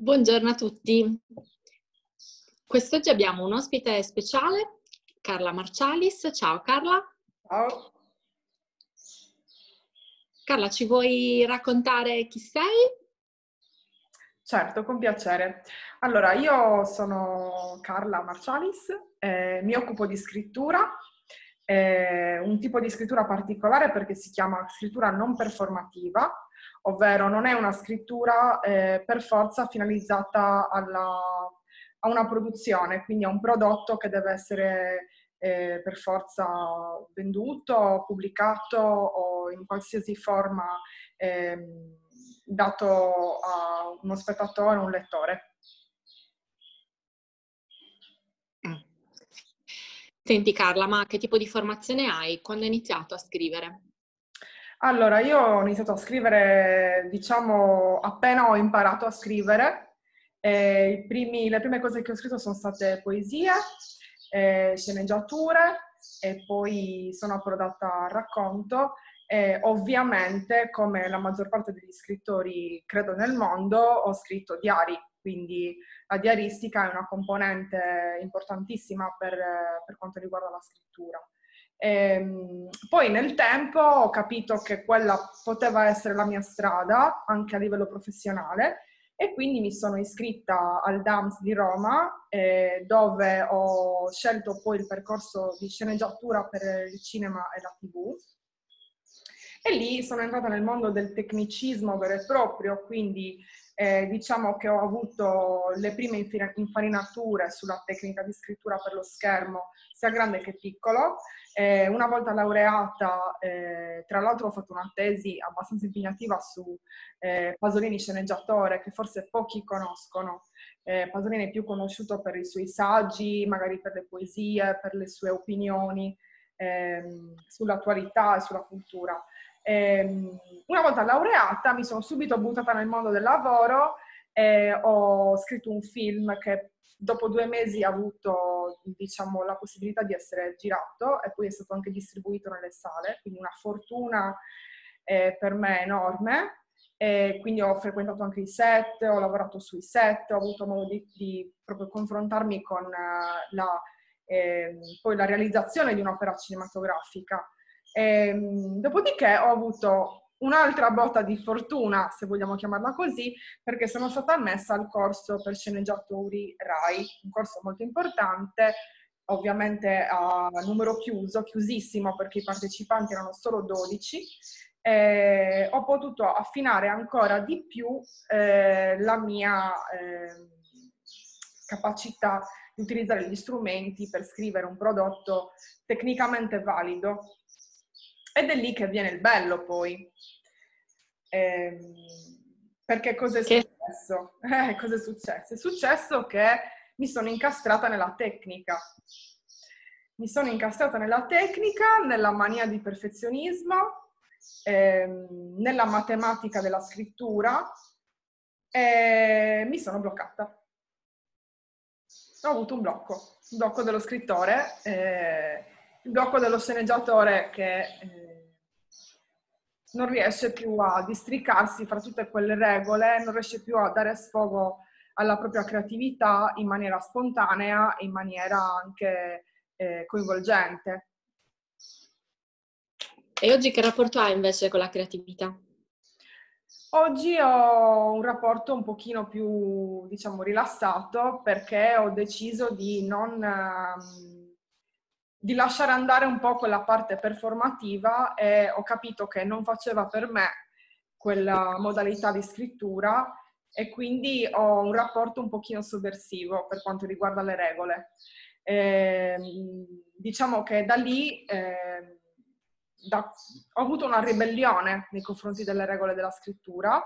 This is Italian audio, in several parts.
Buongiorno a tutti. Quest'oggi abbiamo un ospite speciale, Carla Marcialis. Ciao Carla. Ciao. Carla, ci vuoi raccontare chi sei? Certo, con piacere. Allora, io sono Carla Marcialis, mi occupo di scrittura, un tipo di scrittura particolare perché si chiama scrittura non performativa, ovvero non è una scrittura per forza finalizzata a una produzione, quindi a un prodotto che deve essere per forza venduto, pubblicato o in qualsiasi forma dato a uno spettatore o un lettore. Senti Carla, ma che tipo di formazione hai? Quando hai iniziato a scrivere? Allora, io ho iniziato a scrivere, diciamo, appena ho imparato a scrivere. Le prime cose che ho scritto sono state poesie, sceneggiature e poi sono approdata al racconto. Ovviamente, come la maggior parte degli scrittori, credo nel mondo, ho scritto diari, quindi la diaristica è una componente importantissima per quanto riguarda la scrittura. Poi nel tempo ho capito che quella poteva essere la mia strada anche a livello professionale e quindi mi sono iscritta al DAMS di Roma dove ho scelto poi il percorso di sceneggiatura per il cinema e la TV e lì sono entrata nel mondo del tecnicismo vero e proprio, quindi diciamo che ho avuto le prime infarinature sulla tecnica di scrittura per lo schermo, sia grande che piccolo. Una volta laureata, tra l'altro ho fatto una tesi abbastanza impegnativa su Pasolini sceneggiatore, che forse pochi conoscono. Pasolini è più conosciuto per i suoi saggi, magari per le poesie, per le sue opinioni sull'attualità e sulla cultura. Una volta laureata mi sono subito buttata nel mondo del lavoro e ho scritto un film che dopo 2 mesi ha avuto, diciamo, la possibilità di essere girato e poi è stato anche distribuito nelle sale, quindi una fortuna per me enorme. E quindi ho frequentato anche i set, ho lavorato sui set, ho avuto modo di proprio confrontarmi con poi la realizzazione di un'opera cinematografica. Dopodiché ho avuto un'altra botta di fortuna, se vogliamo chiamarla così, perché sono stata ammessa al corso per sceneggiatori RAI, un corso molto importante, ovviamente a numero chiuso, chiusissimo perché i partecipanti erano solo 12. Ho potuto affinare ancora di più la mia capacità di utilizzare gli strumenti per scrivere un prodotto tecnicamente valido. Ed è lì che viene il bello poi. Perché cosa è successo? Cosa è successo? È successo che mi sono incastrata nella tecnica. Mi sono incastrata nella tecnica, nella mania di perfezionismo, nella matematica della scrittura e mi sono bloccata. Ho avuto un blocco dello scrittore, il blocco dello sceneggiatore che non riesce più a districarsi fra tutte quelle regole, non riesce più a dare sfogo alla propria creatività in maniera spontanea e in maniera anche coinvolgente. E oggi che rapporto hai invece con la creatività? Oggi ho un rapporto un pochino più, diciamo, rilassato perché ho deciso di lasciare andare un po' quella parte performativa e ho capito che non faceva per me quella modalità di scrittura e quindi ho un rapporto un pochino sovversivo per quanto riguarda le regole. Diciamo che da lì ho avuto una ribellione nei confronti delle regole della scrittura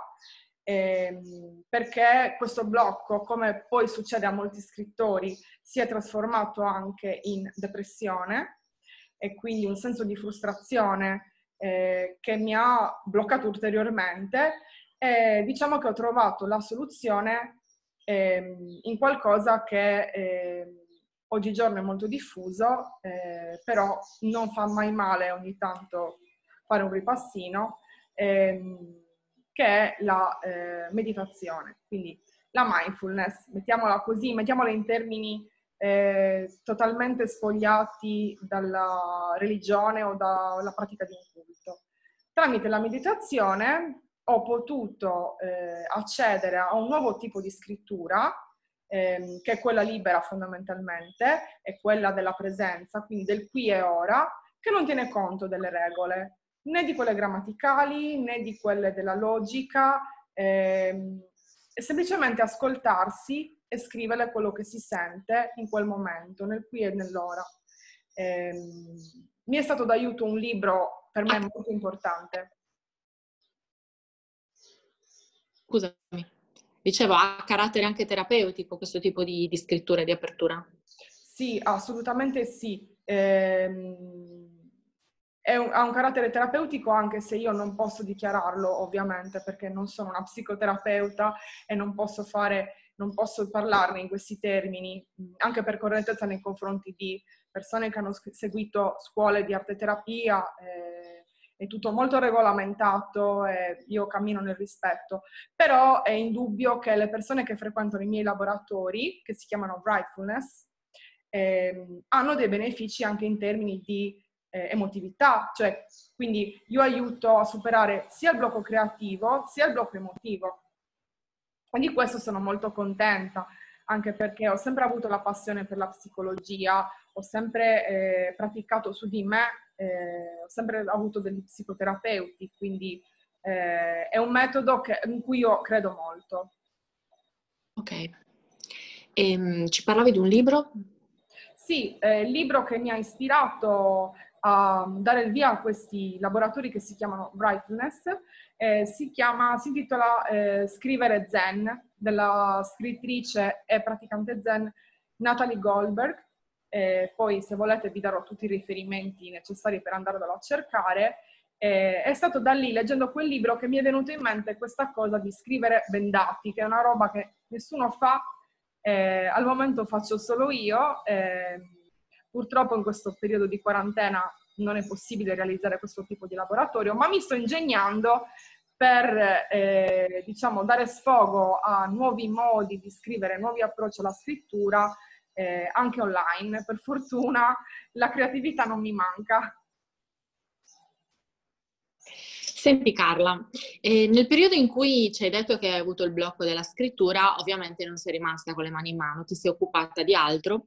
perché questo blocco, come poi succede a molti scrittori, si è trasformato anche in depressione e quindi un senso di frustrazione che mi ha bloccato ulteriormente e diciamo che ho trovato la soluzione in qualcosa che oggigiorno è molto diffuso, però non fa mai male ogni tanto fare un ripassino, che è la meditazione. Quindi la mindfulness, mettiamola così, mettiamola in termini totalmente spogliati dalla religione o dalla pratica di un culto. Tramite la meditazione ho potuto accedere a un nuovo tipo di scrittura, che è quella libera fondamentalmente, è quella della presenza, quindi del qui e ora, che non tiene conto delle regole, né di quelle grammaticali, né di quelle della logica, e semplicemente ascoltarsi e scrivere quello che si sente in quel momento, nel qui e nell'ora. Mi è stato d'aiuto un libro per me molto importante. Scusami, dicevo, ha carattere anche terapeutico questo tipo di scrittura e di apertura? Sì, assolutamente sì. Ha un carattere terapeutico anche se io non posso dichiararlo, ovviamente, perché non sono una psicoterapeuta e non posso parlarne in questi termini, anche per correttezza nei confronti di persone che hanno seguito scuole di arte terapia. È tutto molto regolamentato e io cammino nel rispetto. Però è indubbio che le persone che frequentano i miei laboratori, che si chiamano Brightfulness, hanno dei benefici anche in termini di emotività, cioè quindi io aiuto a superare sia il blocco creativo sia il blocco emotivo. E di questo sono molto contenta, anche perché ho sempre avuto la passione per la psicologia, ho sempre praticato su di me, ho sempre avuto degli psicoterapeuti, quindi è un metodo in cui io credo molto. Ok. Ci parlavi di un libro? Sì, il libro che mi ha ispirato a dare il via a questi laboratori che si chiamano Brightness si intitola Scrivere Zen, della scrittrice e praticante Zen Natalie Goldberg. Poi se volete vi darò tutti i riferimenti necessari per andarvelo a cercare. È stato da lì, leggendo quel libro, che mi è venuto in mente questa cosa di scrivere bendati, che è una roba che nessuno fa. Al momento faccio solo io, purtroppo in questo periodo di quarantena non è possibile realizzare questo tipo di laboratorio, ma mi sto ingegnando per diciamo, dare sfogo a nuovi modi di scrivere, nuovi approcci alla scrittura, anche online. Per fortuna la creatività non mi manca. Senti Carla, nel periodo in cui ci hai detto che hai avuto il blocco della scrittura, ovviamente non sei rimasta con le mani in mano, ti sei occupata di altro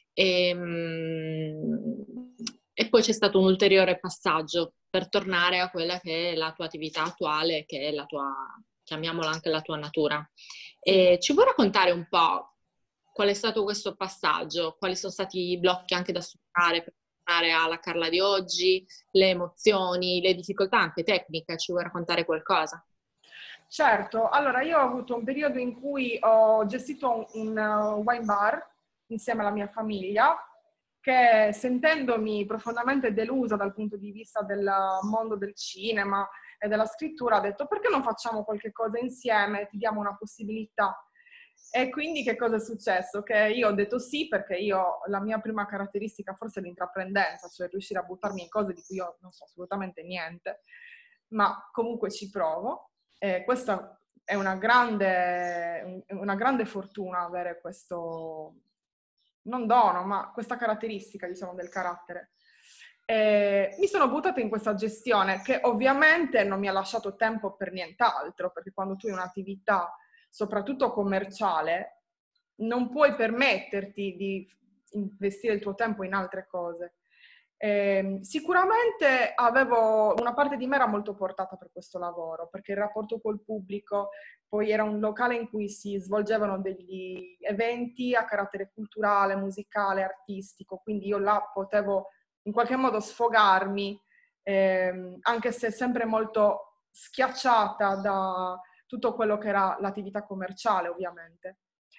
e poi c'è stato un ulteriore passaggio per tornare a quella che è la tua attività attuale, che è la tua, chiamiamola anche la tua natura. Sì. Ci vuoi raccontare un po' qual è stato questo passaggio? Quali sono stati i blocchi anche da superare per tornare alla Carla di oggi? Le emozioni, le difficoltà anche tecniche, ci vuoi raccontare qualcosa? Certo, allora io ho avuto un periodo in cui ho gestito un wine bar insieme alla mia famiglia, che sentendomi profondamente delusa dal punto di vista del mondo del cinema e della scrittura, ha detto: perché non facciamo qualche cosa insieme, ti diamo una possibilità. E quindi che cosa è successo? Che io ho detto sì, perché la mia prima caratteristica forse è l'intraprendenza, cioè riuscire a buttarmi in cose di cui io non so assolutamente niente, ma comunque ci provo. Questa è una grande fortuna avere questo, non dono, ma questa caratteristica, diciamo, del carattere. Mi sono buttata in questa gestione che ovviamente non mi ha lasciato tempo per nient'altro, perché quando tu hai un'attività, soprattutto commerciale, non puoi permetterti di investire il tuo tempo in altre cose. Sicuramente una parte di me era molto portata per questo lavoro, perché il rapporto col pubblico, poi era un locale in cui si svolgevano degli eventi a carattere culturale, musicale, artistico, quindi io là potevo in qualche modo sfogarmi, anche se sempre molto schiacciata da tutto quello che era l'attività commerciale, ovviamente.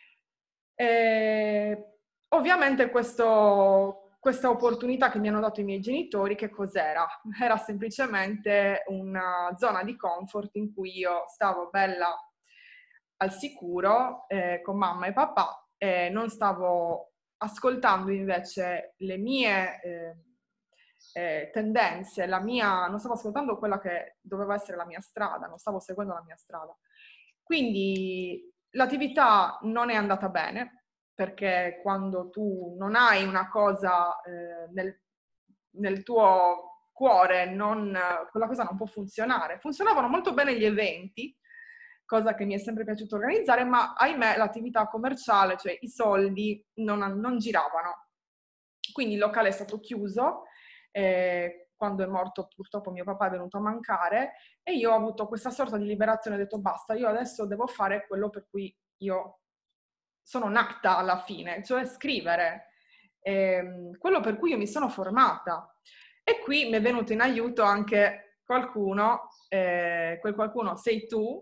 Ovviamente questa opportunità che mi hanno dato i miei genitori, che cos'era? Era semplicemente una zona di comfort in cui io stavo bella al sicuro con mamma e papà e non stavo ascoltando invece le mie tendenze, non stavo ascoltando quella che doveva essere la mia strada, non stavo seguendo la mia strada. Quindi L'attività non è andata bene, perché quando tu non hai una cosa nel tuo cuore, quella cosa non può funzionare. Funzionavano molto bene gli eventi, cosa che mi è sempre piaciuto organizzare, ma ahimè l'attività commerciale, cioè i soldi, non giravano. Quindi il locale è stato chiuso, quando è morto purtroppo mio papà è venuto a mancare e io ho avuto questa sorta di liberazione, ho detto basta, io adesso devo fare quello per cui io sono nata alla fine, cioè scrivere, quello per cui io mi sono formata. E qui mi è venuto in aiuto anche qualcuno, quel qualcuno sei tu,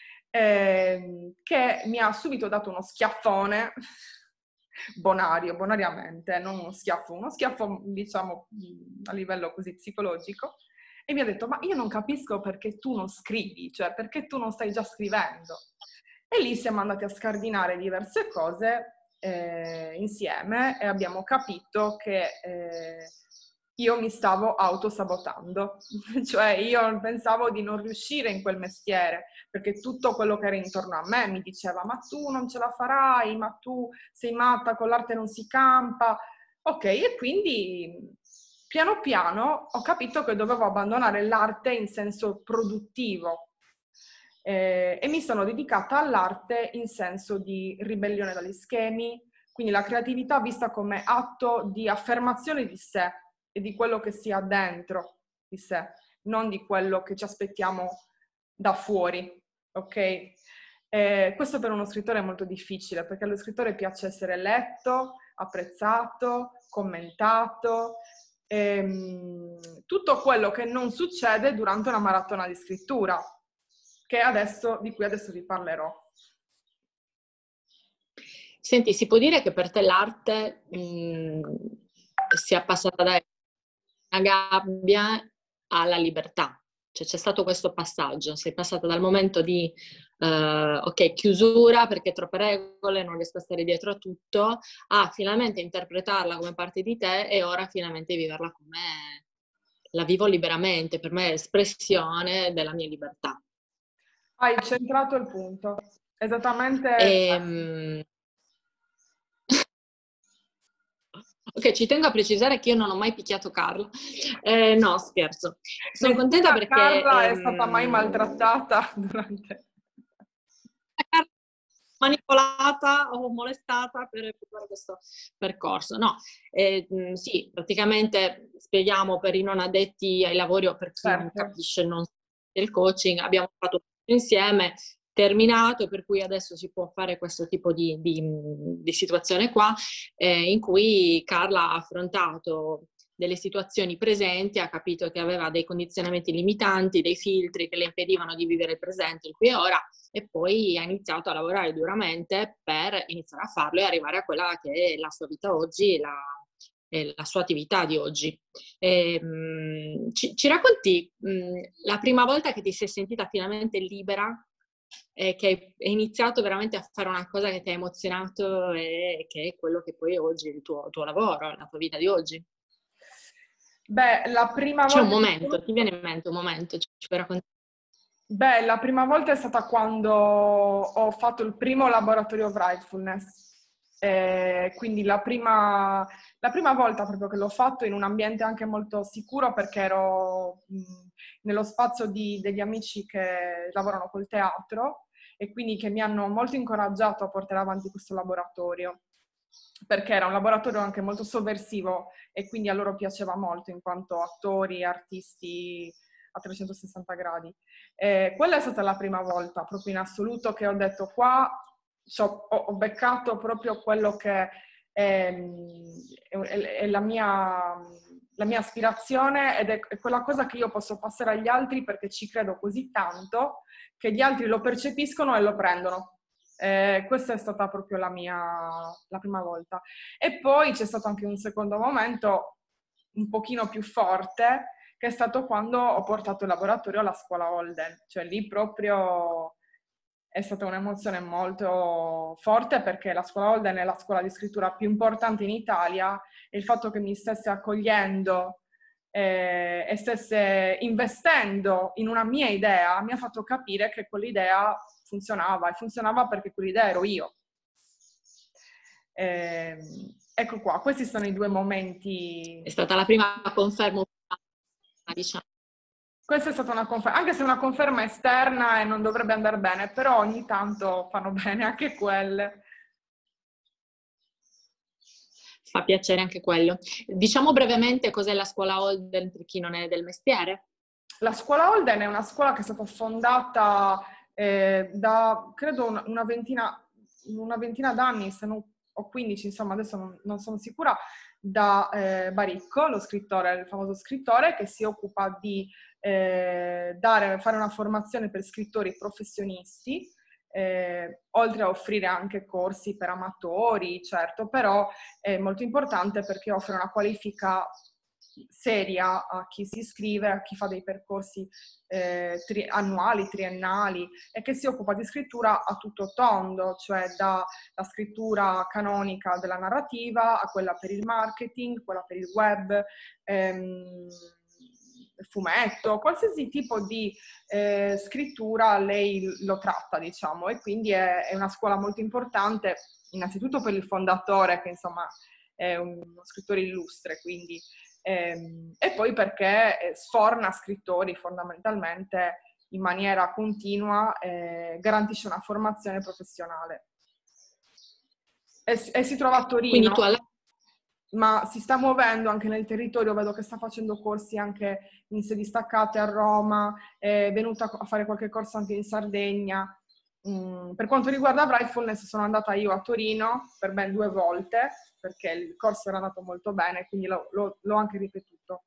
che mi ha subito dato uno schiaffone bonariamente, non uno schiaffo diciamo a livello così psicologico, e mi ha detto ma io non capisco perché tu non scrivi, cioè perché tu non stai già scrivendo. E lì siamo andati a scardinare diverse cose insieme e abbiamo capito che io mi stavo autosabotando, cioè io pensavo di non riuscire in quel mestiere, perché tutto quello che era intorno a me mi diceva ma tu non ce la farai, ma tu sei matta, con l'arte non si campa. Ok, e quindi piano piano ho capito che dovevo abbandonare l'arte in senso produttivo e mi sono dedicata all'arte in senso di ribellione dagli schemi, quindi la creatività vista come atto di affermazione di sé e di quello che si ha dentro di sé, non di quello che ci aspettiamo da fuori, ok? Questo per uno scrittore è molto difficile, perché allo scrittore piace essere letto, apprezzato, commentato, tutto quello che non succede durante una maratona di scrittura, di cui adesso vi parlerò. Senti, si può dire che per te l'arte sia passata da una gabbia alla libertà, cioè c'è stato questo passaggio, sei passata dal momento di ok, chiusura perché troppe regole, non riesco a stare dietro a tutto, a finalmente interpretarla come parte di te e ora finalmente viverla come la vivo liberamente, per me è espressione della mia libertà. Hai centrato il punto, esattamente questo. Ok, ci tengo a precisare che io non ho mai picchiato Carla. No, scherzo. Sono contenta Nessuna perché Carla è stata mai maltrattata durante... manipolata o molestata per fare questo percorso. No, sì, praticamente spieghiamo per i non addetti ai lavori o per chi non Certo. capisce non il coaching, abbiamo fatto tutto insieme, terminato, per cui adesso si può fare questo tipo di situazione qua, in cui Carla ha affrontato delle situazioni presenti, ha capito che aveva dei condizionamenti limitanti, dei filtri che le impedivano di vivere il presente, il qui e ora, e poi ha iniziato a lavorare duramente per iniziare a farlo e arrivare a quella che è la sua vita oggi, la sua attività di oggi. Ci racconti la prima volta che ti sei sentita finalmente libera e che hai iniziato veramente a fare una cosa che ti ha emozionato e che è quello che poi oggi è il tuo lavoro, la tua vita di oggi? Beh, la prima C'è un volta... momento, ti viene in mente un momento, ci puoi raccontare? Beh, la prima volta è stata quando ho fatto il primo laboratorio of Rightfulness. Quindi la prima volta proprio che l'ho fatto in un ambiente anche molto sicuro perché ero nello spazio degli amici che lavorano col teatro e quindi che mi hanno molto incoraggiato a portare avanti questo laboratorio, perché era un laboratorio anche molto sovversivo e quindi a loro piaceva molto in quanto attori, artisti a 360 gradi. Quella è stata la prima volta, proprio in assoluto, che ho detto qua ho beccato proprio quello che è la mia aspirazione ed è quella cosa che io posso passare agli altri perché ci credo così tanto che gli altri lo percepiscono e lo prendono. Questa è stata proprio la prima volta. E poi c'è stato anche un secondo momento un pochino più forte, che è stato quando ho portato il laboratorio alla scuola Holden. Cioè lì proprio è stata un'emozione molto forte perché la scuola Holden è la scuola di scrittura più importante in Italia e il fatto che mi stesse accogliendo e stesse investendo in una mia idea mi ha fatto capire che quell'idea funzionava, e funzionava perché quell'idea ero io. Ecco qua, questi sono i 2 momenti. È stata la prima conferma, diciamo. Questa è stata una conferma, anche se è una conferma esterna e non dovrebbe andare bene, però ogni tanto fanno bene anche quelle. Fa piacere anche quello. Diciamo brevemente cos'è la scuola Holden per chi non è del mestiere. La scuola Holden è una scuola che è stata fondata da, credo, una ventina d'anni, se non, o 15, insomma, adesso non sono sicura, da Baricco, lo scrittore, il famoso scrittore, che si occupa di fare una formazione per scrittori professionisti, oltre a offrire anche corsi per amatori, certo, però è molto importante perché offre una qualifica seria a chi si iscrive, a chi fa dei percorsi annuali, triennali, e che si occupa di scrittura a tutto tondo, cioè dalla scrittura canonica della narrativa a quella per il marketing, quella per il web, fumetto, qualsiasi tipo di scrittura lei lo tratta, diciamo, e quindi è una scuola molto importante, innanzitutto per il fondatore, che insomma è uno scrittore illustre, quindi e poi perché sforna scrittori fondamentalmente in maniera continua, garantisce una formazione professionale. E si trova a Torino, ma si sta muovendo anche nel territorio, vedo che sta facendo corsi anche in sedi staccate a Roma, è venuta a fare qualche corso anche in Sardegna. Per quanto riguarda Brightfulness, sono andata io a Torino per ben 2 volte, perché il corso era andato molto bene, quindi l'ho anche ripetuto.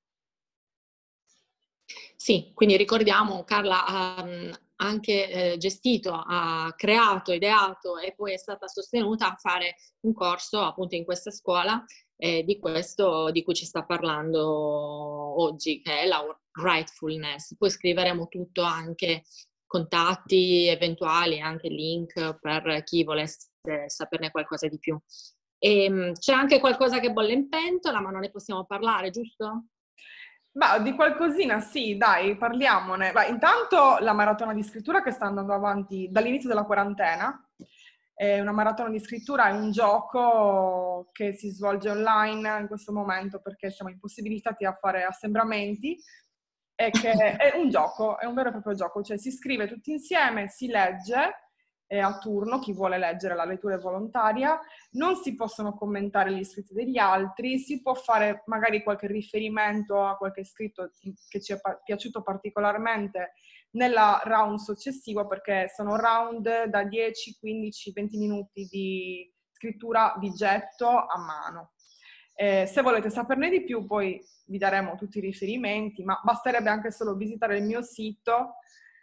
Sì, quindi ricordiamo, Carla ha anche gestito, ha creato, ideato e poi è stata sostenuta a fare un corso appunto in questa scuola di questo di cui ci sta parlando oggi, che è la Rightfulness. Poi scriveremo tutto, anche contatti eventuali, anche link per chi volesse saperne qualcosa di più. C'è anche qualcosa che bolle in pentola, ma non ne possiamo parlare, giusto? Beh, di qualcosina sì, dai, parliamone. Beh, intanto la maratona di scrittura che sta andando avanti dall'inizio della quarantena. È una maratona di scrittura, è un gioco che si svolge online in questo momento perché siamo impossibilitati a fare assembramenti, e che è un gioco, è un vero e proprio gioco, cioè si scrive tutti insieme, si legge a turno, chi vuole leggere, la lettura è volontaria, non si possono commentare gli scritti degli altri, si può fare magari qualche riferimento a qualche scritto che ci è piaciuto particolarmente nella round successiva, perché sono round da 10, 15, 20 minuti di scrittura di getto a mano. Se volete saperne di più, poi vi daremo tutti i riferimenti, ma basterebbe anche solo visitare il mio sito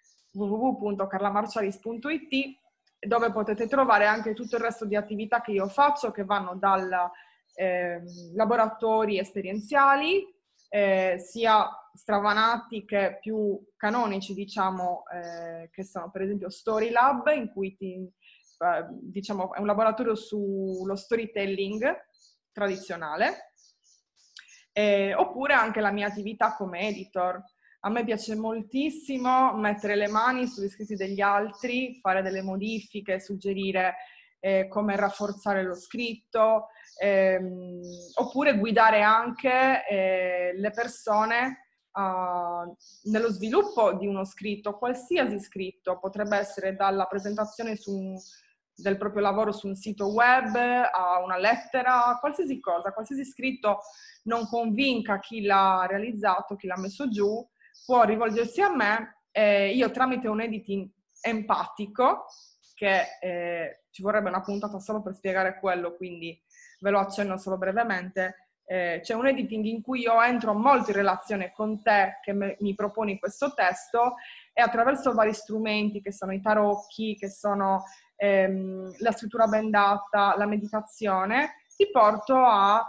www.carlamarcialis.it, dove potete trovare anche tutto il resto di attività che io faccio, che vanno dal laboratori esperienziali, sia stravanati che più canonici, diciamo, che sono per esempio Story Lab, in cui diciamo, è un laboratorio sullo storytelling tradizionale, oppure anche la mia attività come editor. A me piace moltissimo mettere le mani sugli scritti degli altri, fare delle modifiche, suggerire come rafforzare lo scritto, oppure guidare anche le persone nello sviluppo di uno scritto, qualsiasi scritto, potrebbe essere dalla presentazione del proprio lavoro su un sito web a una lettera, qualsiasi cosa, qualsiasi scritto non convinca chi l'ha realizzato, chi l'ha messo giù, può rivolgersi a me, io tramite un editing empatico, che ci vorrebbe una puntata solo per spiegare quello, quindi ve lo accenno solo brevemente. C'è un editing in cui io entro molto in relazione con te che mi proponi questo testo, e attraverso vari strumenti che sono i tarocchi, che sono la scrittura bendata, la meditazione, ti porto a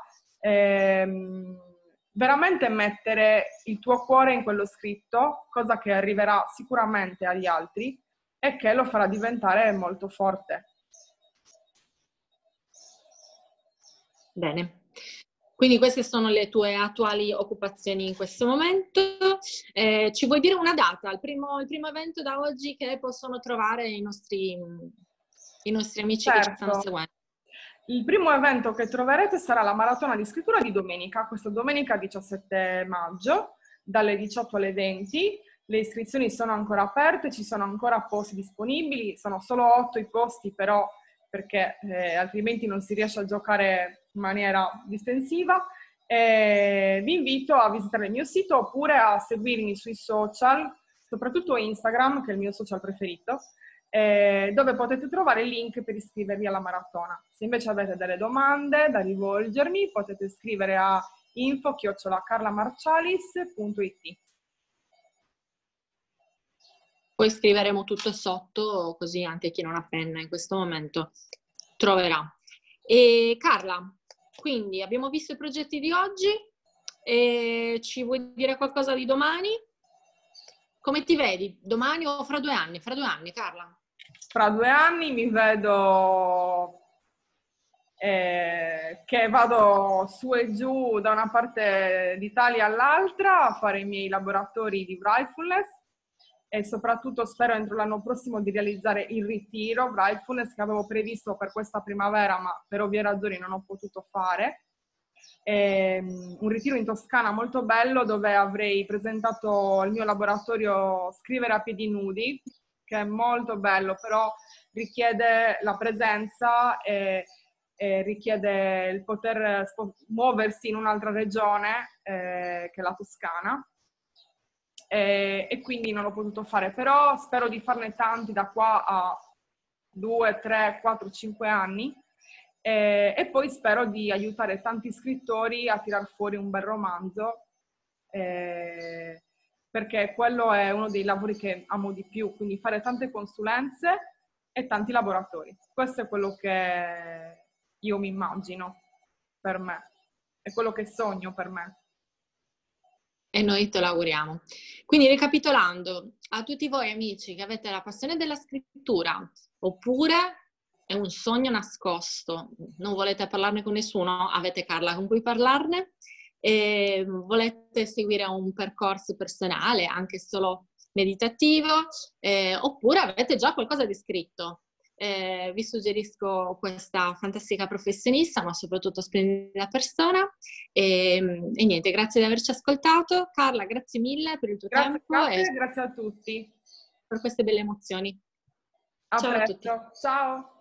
veramente mettere il tuo cuore in quello scritto, cosa che arriverà sicuramente agli altri e che lo farà diventare molto forte. Bene. Quindi queste sono le tue attuali occupazioni in questo momento. Ci vuoi dire una data, il primo evento da oggi che possono trovare i nostri amici che ci stanno Certo. seguendo? Il primo evento che troverete sarà la maratona di scrittura di domenica, questa domenica 17 maggio, dalle 18 alle 20. Le iscrizioni sono ancora aperte, ci sono ancora posti disponibili, sono solo 8 i posti però, perché altrimenti non si riesce a giocare in maniera distensiva. Vi invito a visitare il mio sito oppure a seguirmi sui social, soprattutto Instagram, che è il mio social preferito, dove potete trovare il link per iscrivervi alla maratona. Se invece avete delle domande da rivolgermi, potete scrivere a info@carlamarcialis.it. Poi scriveremo tutto sotto, così anche chi non ha penna in questo momento troverà. E Carla, quindi abbiamo visto i progetti di oggi, e ci vuoi dire qualcosa di domani? Come ti vedi? Domani o fra 2 anni? Fra 2 anni, Carla? Fra 2 anni mi vedo che vado su e giù da una parte d'Italia all'altra a fare i miei laboratori di Mindfulness e soprattutto spero entro l'anno prossimo di realizzare il ritiro Mindfulness che avevo previsto per questa primavera, ma per ovvie ragioni non ho potuto fare. Un ritiro in Toscana molto bello dove avrei presentato il mio laboratorio Scrivere a piedi nudi, che è molto bello, però richiede la presenza e richiede il poter muoversi in un'altra regione, che è la Toscana, e quindi non l'ho potuto fare, però spero di farne tanti da qua a 2, 3, 4, 5 anni. E poi spero di aiutare tanti scrittori a tirar fuori un bel romanzo, perché quello è uno dei lavori che amo di più, quindi fare tante consulenze e tanti laboratori. Questo è quello che io mi immagino per me, è quello che sogno per me. E noi te lo auguriamo. Quindi ricapitolando, a tutti voi amici che avete la passione della scrittura, oppure è un sogno nascosto, non volete parlarne con nessuno, avete Carla con cui parlarne, e volete seguire un percorso personale, anche solo meditativo, oppure avete già qualcosa di scritto. Vi suggerisco questa fantastica professionista, ma soprattutto splendida persona. E niente, grazie di averci ascoltato. Carla, grazie mille per il tuo tempo e Grazie a tutti. per queste belle emozioni. A Ciao a tutti. presto. Ciao.